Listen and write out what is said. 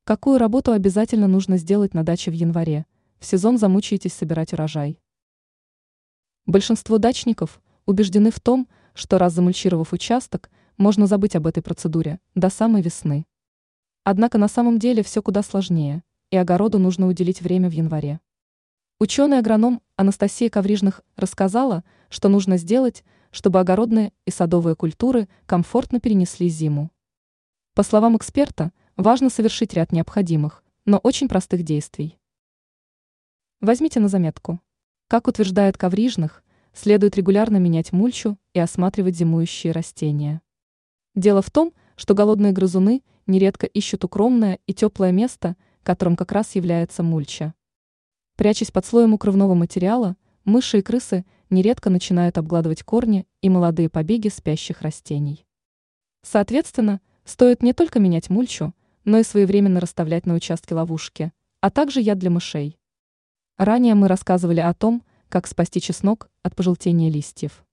Какую работу обязательно нужно сделать на даче в январе? В сезон замучаетесь собирать урожай. Большинство дачников убеждены в том, что раз замульчировав участок, можно забыть об этой процедуре до самой весны. Однако на самом деле все куда сложнее, и огороду нужно уделить время в январе. Ученый-агроном Анастасия Коврижных рассказала, что нужно сделать, чтобы огородные и садовые культуры комфортно перенесли зиму. По словам эксперта, важно совершить ряд необходимых, но очень простых действий. Возьмите на заметку. Как утверждает Коврижных, следует регулярно менять мульчу и осматривать зимующие растения. Дело в том, что голодные грызуны нередко ищут укромное и теплое место, которым как раз является мульча. Прячась под слоем укрывного материала, мыши и крысы нередко начинают обгладывать корни и молодые побеги спящих растений. Соответственно, стоит не только менять мульчу, но и своевременно расставлять на участке ловушки, а также яд для мышей. Ранее мы рассказывали о том, как спасти чеснок от пожелтения листьев.